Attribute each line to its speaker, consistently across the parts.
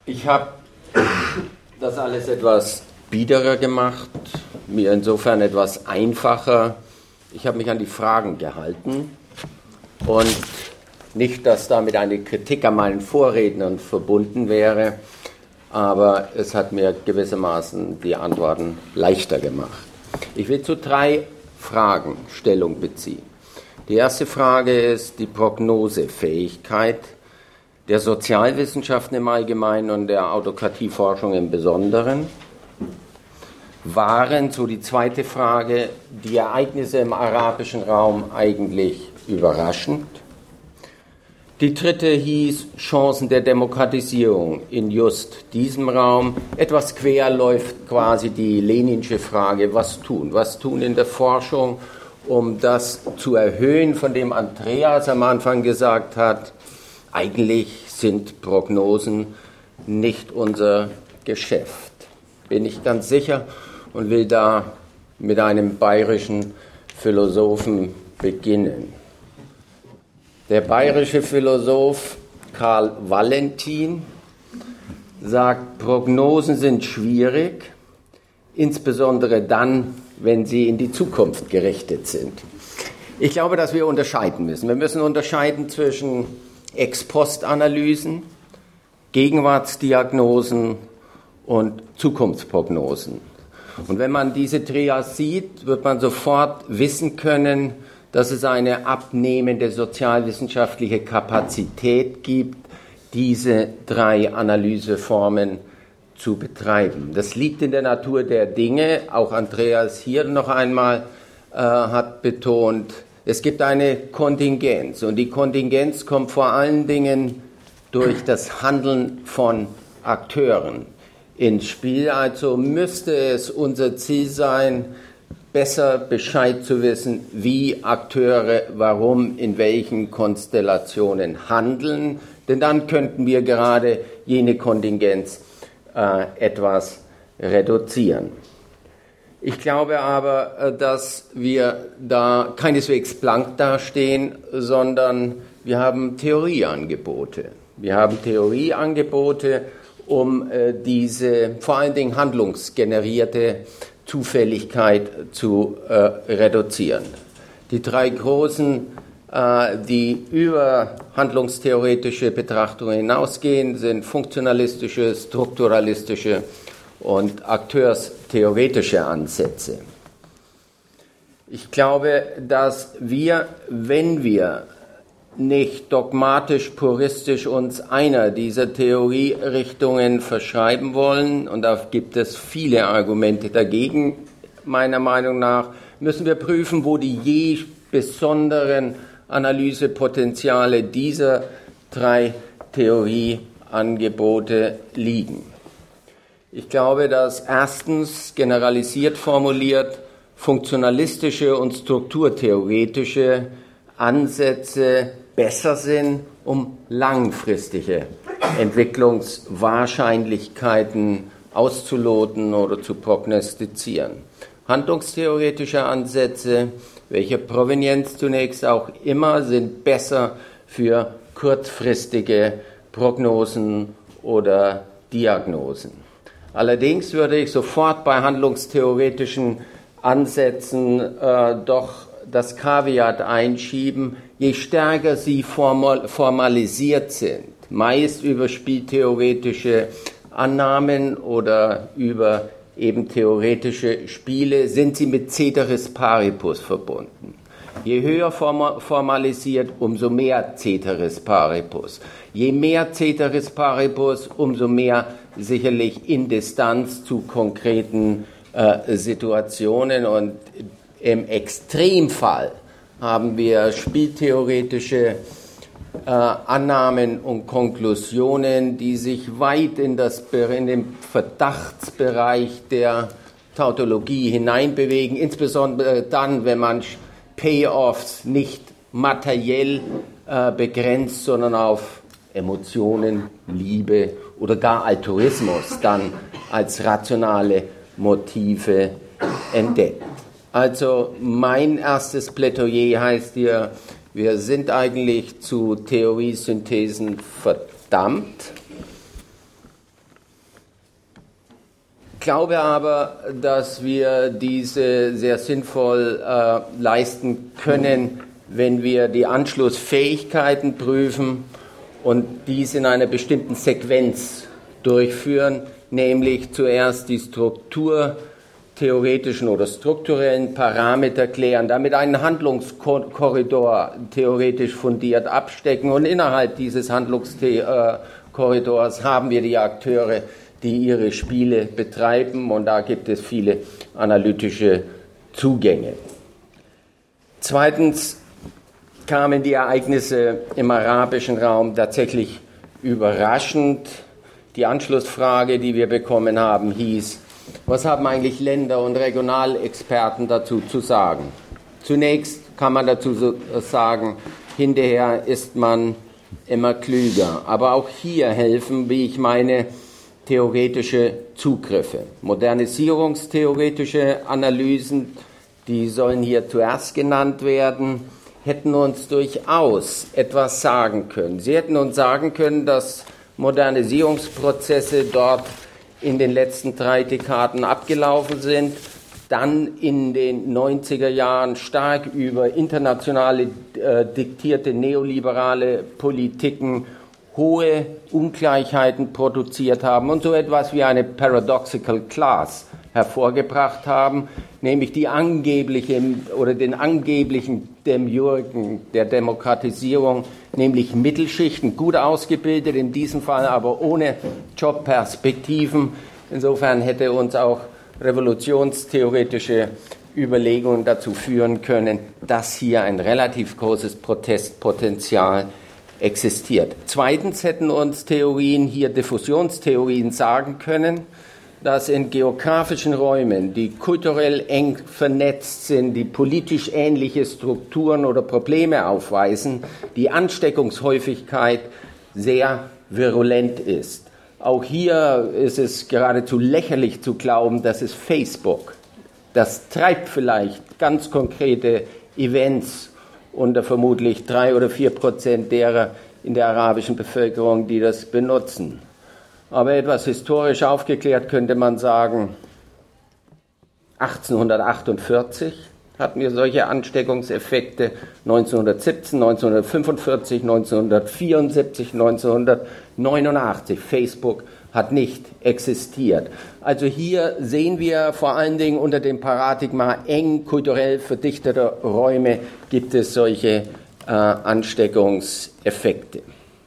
Speaker 1: Ich habe das alles etwas biederer gemacht, mir insofern etwas einfacher. Ich habe mich an die Fragen gehalten und nicht, dass damit eine Kritik an meinen Vorrednern verbunden wäre, aber es hat mir gewissermaßen die Antworten leichter gemacht. Ich will zu 3 Fragen Stellung beziehen. Die erste Frage ist die Prognosefähigkeit der Sozialwissenschaften im Allgemeinen und der Autokratieforschung im Besonderen. Waren, so die zweite Frage, die Ereignisse im arabischen Raum eigentlich überraschend? Die dritte hieß Chancen der Demokratisierung in just diesem Raum. Etwas quer läuft quasi die leninsche Frage, was tun? Was tun in der Forschung, um das zu erhöhen, von dem Andreas am Anfang gesagt hat, eigentlich sind Prognosen nicht unser Geschäft. Bin ich ganz sicher und will da mit einem bayerischen Philosophen beginnen. Der bayerische Philosoph Karl Valentin sagt, Prognosen sind schwierig, insbesondere dann, wenn sie in die Zukunft gerichtet sind. Ich glaube, dass wir unterscheiden müssen. Wir müssen unterscheiden zwischen Ex-Post-Analysen, Gegenwartsdiagnosen und Zukunftsprognosen. Und wenn man diese Trias sieht, wird man sofort wissen können, dass es eine abnehmende sozialwissenschaftliche Kapazität gibt, diese 3 Analyseformen zu betreiben. Das liegt in der Natur der Dinge. Auch Andreas hier noch einmal hat betont, es gibt eine Kontingenz. Und die Kontingenz kommt vor allen Dingen durch das Handeln von Akteuren ins Spiel. Also müsste es unser Ziel sein, besser Bescheid zu wissen, wie Akteure, warum, in welchen Konstellationen handeln. Denn dann könnten wir gerade jene Kontingenz etwas reduzieren. Ich glaube aber, dass wir da keineswegs blank dastehen, sondern wir haben Theorieangebote. Wir haben Theorieangebote, um diese vor allen Dingen handlungsgenerierte Zufälligkeit zu reduzieren. Die 3 großen, die über handlungstheoretische Betrachtungen hinausgehen, sind funktionalistische, strukturalistische und akteurstheoretische Ansätze. Ich glaube, dass wir, wenn wir nicht dogmatisch, puristisch uns einer dieser Theorierichtungen verschreiben wollen, und da gibt es viele Argumente dagegen, meiner Meinung nach, müssen wir prüfen, wo die je besonderen Analysepotenziale dieser 3 Theorieangebote liegen. Ich glaube, dass erstens generalisiert formuliert funktionalistische und strukturtheoretische Ansätze besser sind, um langfristige Entwicklungswahrscheinlichkeiten auszuloten oder zu prognostizieren. Handlungstheoretische Ansätze, welche Provenienz zunächst auch immer, sind besser für kurzfristige Prognosen oder Diagnosen. Allerdings würde ich sofort bei handlungstheoretischen Ansätzen doch das Kaviat einschieben, je stärker sie formalisiert sind, meist über spieltheoretische Annahmen oder über eben theoretische Spiele, sind sie mit Ceteris Paribus verbunden. Je höher formalisiert, umso mehr Ceteris Paribus. Je mehr Ceteris Paribus, umso mehr sicherlich in Distanz zu konkreten Situationen. Und im Extremfall haben wir spieltheoretische Annahmen und Konklusionen, die sich weit in den Verdachtsbereich der Tautologie hineinbewegen, insbesondere dann, wenn man Payoffs nicht materiell begrenzt, sondern auf Emotionen, Liebe oder gar Altruismus dann als rationale Motive entdeckt. Also mein erstes Plädoyer heißt hier, wir sind eigentlich zu Theoriesynthesen verdammt. glaube aber, dass wir diese sehr sinnvoll leisten können, wenn wir die Anschlussfähigkeiten prüfen und dies in einer bestimmten Sequenz durchführen, nämlich zuerst die strukturtheoretischen oder strukturellen Parameter klären, damit einen Handlungskorridor theoretisch fundiert abstecken und innerhalb dieses Handlungskorridors haben wir die Akteure, die ihre Spiele betreiben und da gibt es viele analytische Zugänge. Zweitens kamen die Ereignisse im arabischen Raum tatsächlich überraschend. Die Anschlussfrage, die wir bekommen haben, hieß, was haben eigentlich Länder- und Regionalexperten dazu zu sagen? Zunächst kann man dazu sagen, hinterher ist man immer klüger. Aber auch hier helfen, wie ich meine, theoretische Zugriffe. Modernisierungstheoretische Analysen, die sollen hier zuerst genannt werden, hätten uns durchaus etwas sagen können. Sie hätten uns sagen können, dass Modernisierungsprozesse dort in den letzten 3 Dekaden abgelaufen sind, dann in den 90er Jahren stark über internationale diktierte neoliberale Politiken hohe Ungleichheiten produziert haben und so etwas wie eine Paradoxical Class hervorgebracht haben, nämlich die angebliche oder den angeblichen Demiurgen der Demokratisierung, nämlich Mittelschichten, gut ausgebildet, in diesem Fall aber ohne Jobperspektiven. Insofern hätte uns auch revolutionstheoretische Überlegungen dazu führen können, dass hier ein relativ großes Protestpotenzial existiert. Zweitens hätten uns Theorien, hier Diffusionstheorien, sagen können, dass in geografischen Räumen, die kulturell eng vernetzt sind, die politisch ähnliche Strukturen oder Probleme aufweisen, die Ansteckungshäufigkeit sehr virulent ist. Auch hier ist es geradezu lächerlich zu glauben, dass es Facebook, das treibt vielleicht ganz konkrete Events unter vermutlich 3 oder 4% derer in der arabischen Bevölkerung, die das benutzen. Aber etwas historisch aufgeklärt könnte man sagen, 1848 hatten wir solche Ansteckungseffekte, 1917, 1945, 1974, 1989. Facebook hat nicht existiert. Also hier sehen wir vor allen Dingen unter dem Paradigma eng kulturell verdichteter Räume gibt es solche Ansteckungseffekte.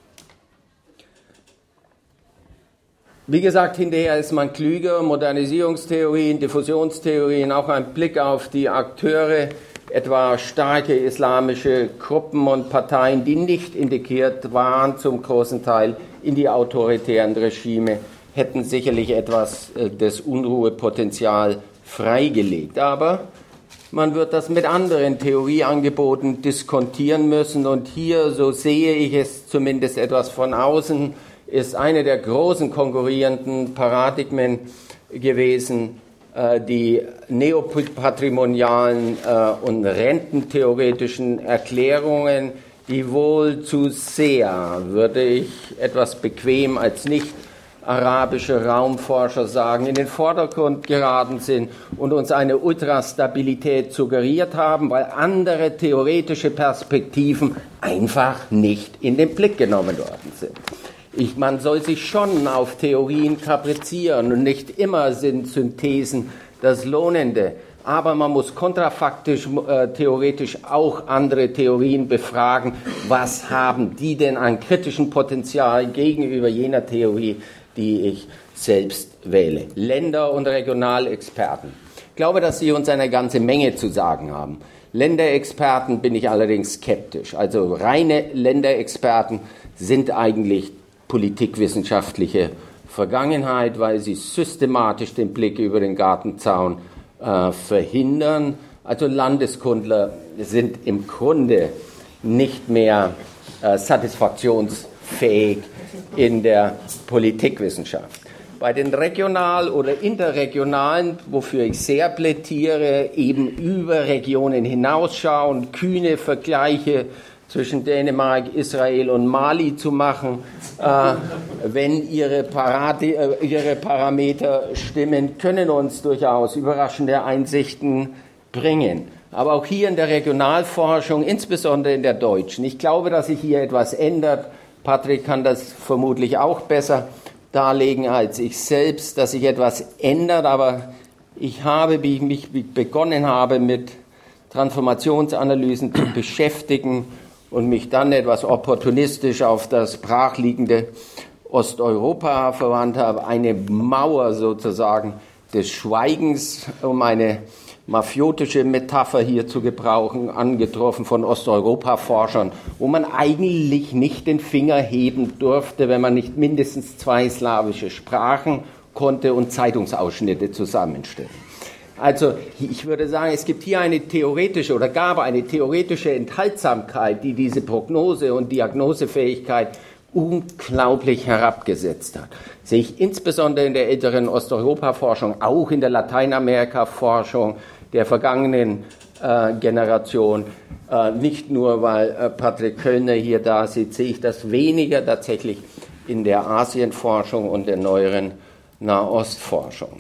Speaker 1: Wie gesagt, hinterher ist man klüger, Modernisierungstheorien, Diffusionstheorien, auch ein Blick auf die Akteure, etwa starke islamische Gruppen und Parteien, die nicht integriert waren, zum großen Teil in die autoritären Regime, hätten sicherlich etwas des Unruhepotenzial freigelegt. Aber man wird das mit anderen Theorieangeboten diskontieren müssen und hier, so sehe ich es zumindest etwas von außen, ist eine der großen konkurrierenden Paradigmen gewesen, die neopatrimonialen und rententheoretischen Erklärungen, die wohl zu sehr, würde ich etwas bequem als nicht arabische Raumforscher sagen, in den Vordergrund geraten sind und uns eine Ultrastabilität suggeriert haben, weil andere theoretische Perspektiven einfach nicht in den Blick genommen worden sind. Man soll sich schon auf Theorien kaprizieren und nicht immer sind Synthesen das Lohnende. Aber man muss kontrafaktisch, theoretisch auch andere Theorien befragen. Was haben die denn an kritischem Potenzial gegenüber jener Theorie, die ich selbst wähle? Länder- und Regionalexperten. Ich glaube, dass sie uns eine ganze Menge zu sagen haben. Länderexperten bin ich allerdings skeptisch. Also reine Länderexperten sind eigentlich politikwissenschaftliche Vergangenheit, weil sie systematisch den Blick über den Gartenzaun verhindern. Also Landeskundler sind im Grunde nicht mehr satisfaktionsfähig in der Politikwissenschaft. Bei den regional- oder interregionalen, wofür ich sehr plädiere, eben über Regionen hinausschauen, kühne Vergleiche zwischen Dänemark, Israel und Mali zu machen, wenn ihre Parameter stimmen, können uns durchaus überraschende Einsichten bringen. Aber auch hier in der Regionalforschung, insbesondere in der deutschen, ich glaube, dass sich hier etwas ändert. Patrick kann das vermutlich auch besser darlegen als ich selbst, dass sich etwas ändert. Aber ich habe, wie ich mich begonnen habe, mit Transformationsanalysen zu beschäftigen und mich dann etwas opportunistisch auf das brachliegende Osteuropa verwandt habe, eine Mauer sozusagen des Schweigens, um eine mafiotische Metapher hier zu gebrauchen, angetroffen von Osteuropa-Forschern, wo man eigentlich nicht den Finger heben durfte, wenn man nicht mindestens 2 slawische Sprachen konnte und Zeitungsausschnitte zusammenstellen. Also ich würde sagen, es gibt hier eine theoretische oder gab eine theoretische Enthaltsamkeit, die diese Prognose- und Diagnosefähigkeit unglaublich herabgesetzt hat. Sehe ich insbesondere in der älteren Osteuropa-Forschung, auch in der Lateinamerika-Forschung der vergangenen Generation. Nicht nur, weil Patrick Köllner hier da sitzt, sehe ich das weniger tatsächlich in der Asienforschung und der neueren Nahostforschung.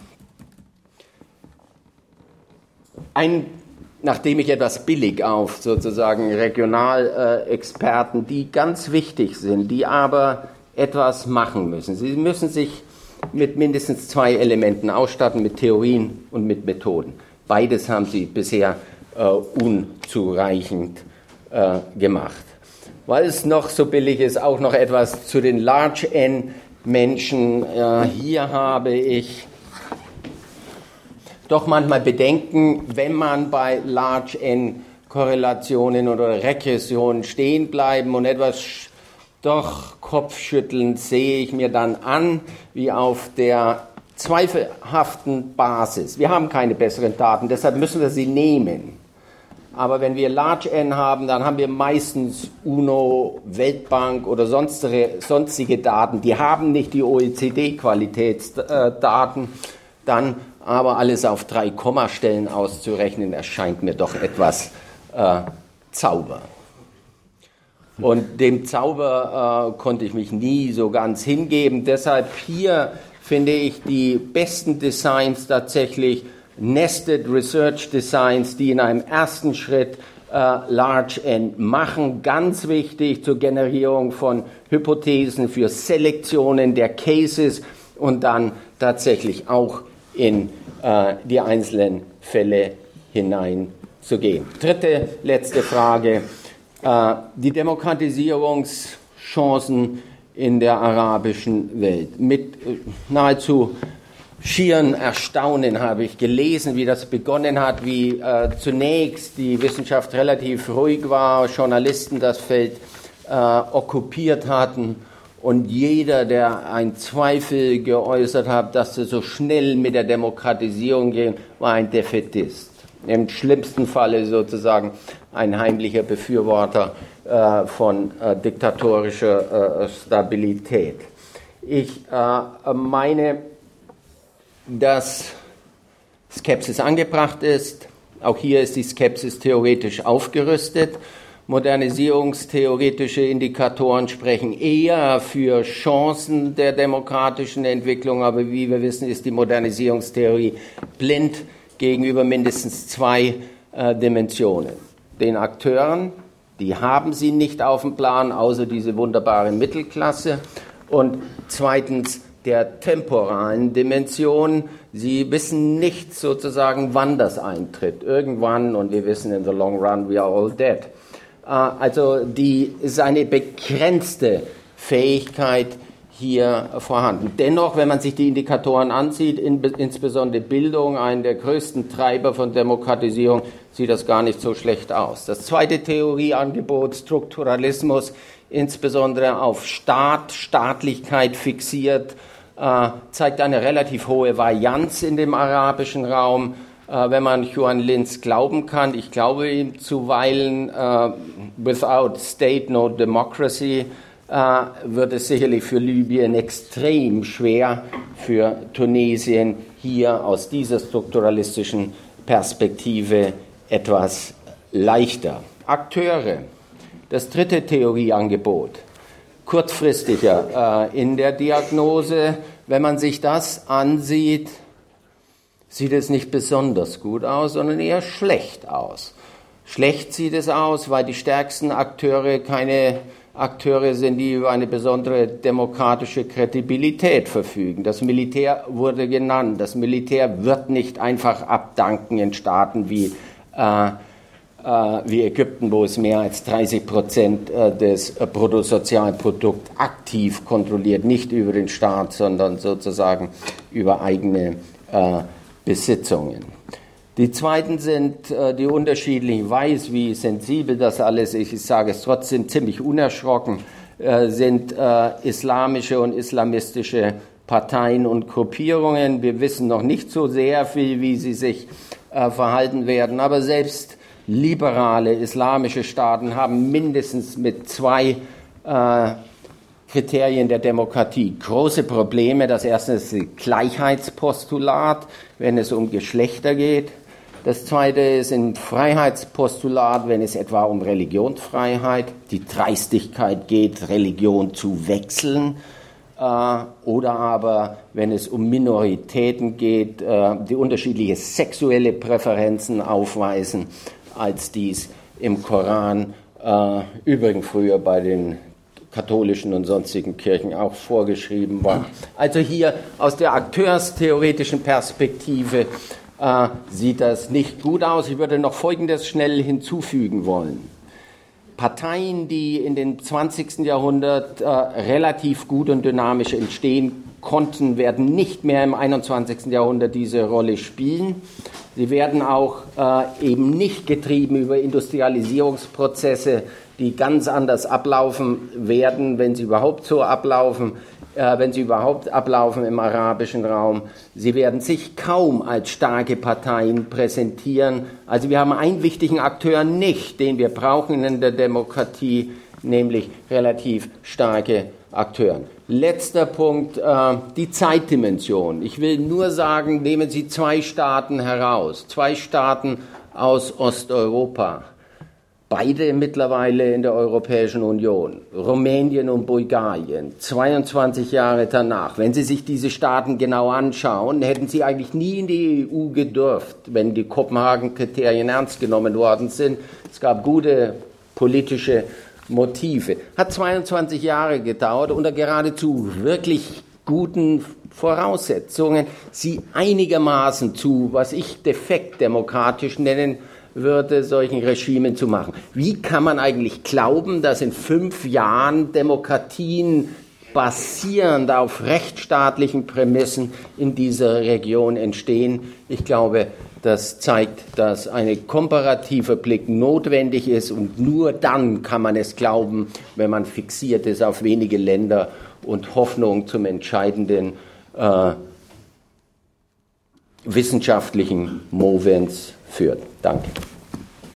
Speaker 1: Nachdem ich etwas billig auf sozusagen Regionalexperten, die ganz wichtig sind, die aber etwas machen müssen. Sie müssen sich mit mindestens 2 Elementen ausstatten, mit Theorien und mit Methoden. Beides haben sie bisher unzureichend gemacht. Weil es noch so billig ist, auch noch etwas zu den Large N-Menschen. Hier habe ich doch manchmal Bedenken, wenn man bei Large N-Korrelationen oder Regressionen stehen bleiben und etwas doch kopfschüttelnd sehe ich mir dann an, wie auf der zweifelhaften Basis. Wir haben keine besseren Daten, deshalb müssen wir sie nehmen. Aber wenn wir Large N haben, dann haben wir meistens UNO, Weltbank oder sonstige Daten. Die haben nicht die OECD-Qualitätsdaten. Dann aber alles auf 3 Kommastellen auszurechnen, erscheint mir doch etwas Zauber. Und dem Zauber konnte ich mich nie so ganz hingeben. Deshalb hier finde ich die besten Designs tatsächlich Nested Research Designs, die in einem ersten Schritt Large N machen. Ganz wichtig zur Generierung von Hypothesen für Selektionen der Cases und dann tatsächlich auch in die einzelnen Fälle hineinzugehen. Dritte, letzte Frage. Die Demokratisierungschancen in der arabischen Welt. Mit nahezu schieren Erstaunen habe ich gelesen, wie das begonnen hat, wie zunächst die Wissenschaft relativ ruhig war, Journalisten das Feld okkupiert hatten und jeder, der einen Zweifel geäußert hat, dass es so schnell mit der Demokratisierung ging, war ein Defätist. Im schlimmsten Falle sozusagen ein heimlicher Befürworter von diktatorischer Stabilität. Ich meine, dass Skepsis angebracht ist. Auch hier ist die Skepsis theoretisch aufgerüstet. Modernisierungstheoretische Indikatoren sprechen eher für Chancen der demokratischen Entwicklung, aber wie wir wissen, ist die Modernisierungstheorie blind gegenüber mindestens 2 Dimensionen. Den Akteuren, die haben sie nicht auf dem Plan, außer diese wunderbare Mittelklasse. Und zweitens der temporalen Dimension. Sie wissen nicht sozusagen, wann das eintritt. Irgendwann, und wir wissen, in the long run, we are all dead. Also ist eine begrenzte Fähigkeit hier vorhanden. Dennoch, wenn man sich die Indikatoren ansieht, insbesondere Bildung, einen der größten Treiber von Demokratisierung, sieht das gar nicht so schlecht aus. Das zweite Theorieangebot, Strukturalismus, insbesondere auf Staatlichkeit fixiert, zeigt eine relativ hohe Varianz in dem arabischen Raum. Wenn man Juan Linz glauben kann, ich glaube ihm zuweilen, without state no democracy, wird es sicherlich für Libyen extrem schwer, für Tunesien hier aus dieser strukturalistischen Perspektive etwas leichter. Akteure. Das dritte Theorieangebot, kurzfristiger in der Diagnose, wenn man sich das ansieht, sieht es nicht besonders gut aus, sondern eher schlecht aus. Schlecht sieht es aus, weil die stärksten Akteure keine Akteure sind, die über eine besondere demokratische Kredibilität verfügen. Das Militär wurde genannt. Das Militär wird nicht einfach abdanken in Staaten wie Ägypten, wo es mehr als 30% des Bruttosozialprodukts aktiv kontrolliert, nicht über den Staat, sondern sozusagen über eigene Besitzungen. Die zweiten sind die unterschiedlichen, ich weiß, wie sensibel das alles ist, ich sage es trotzdem ziemlich unerschrocken, sind islamische und islamistische Parteien und Gruppierungen. Wir wissen noch nicht so sehr viel, wie sie sich verhalten werden, aber selbst liberale islamische Staaten haben mindestens mit zwei Kriterien der Demokratie große Probleme. Das erste ist das Gleichheitspostulat, wenn es um Geschlechter geht. Das zweite ist ein Freiheitspostulat, wenn es etwa um Religionsfreiheit, die Dreistigkeit geht, Religion zu wechseln, oder aber wenn es um Minoritäten geht, die unterschiedliche sexuelle Präferenzen aufweisen, als dies im Koran, übrigens früher bei den katholischen und sonstigen Kirchen auch vorgeschrieben war. Also hier aus der akteurstheoretischen Perspektive sieht das nicht gut aus. Ich würde noch Folgendes schnell hinzufügen wollen. Parteien, die in dem 20. Jahrhundert relativ gut und dynamisch entstehen konnten, werden nicht mehr im 21. Jahrhundert diese Rolle spielen. Sie werden auch eben nicht getrieben über Industrialisierungsprozesse, die ganz anders ablaufen werden, wenn sie überhaupt so ablaufen, im arabischen Raum. Sie werden sich kaum als starke Parteien präsentieren. Also wir haben einen wichtigen Akteur nicht, den wir brauchen in der Demokratie, nämlich relativ starke Akteure. Letzter Punkt, die Zeitdimension. Ich will nur sagen, nehmen Sie zwei Staaten heraus, zwei Staaten aus Osteuropa. Beide mittlerweile in der Europäischen Union, Rumänien und Bulgarien, 22 Jahre danach. Wenn Sie sich diese Staaten genau anschauen, hätten sie eigentlich nie in die EU gedurft, wenn die Kopenhagen-Kriterien ernst genommen worden sind. Es gab gute politische Motive. Hat 22 Jahre gedauert unter geradezu wirklich guten Voraussetzungen, sie einigermaßen zu, was ich defekt demokratisch nennen würde, solchen Regimen zu machen. Wie kann man eigentlich glauben, dass in 5 Jahren Demokratien basierend auf rechtsstaatlichen Prämissen in dieser Region entstehen? Ich glaube, das zeigt, dass ein komparativer Blick notwendig ist und nur dann kann man es glauben, wenn man fixiert ist auf wenige Länder und Hoffnung zum entscheidenden wissenschaftlichen Movens führt. Danke.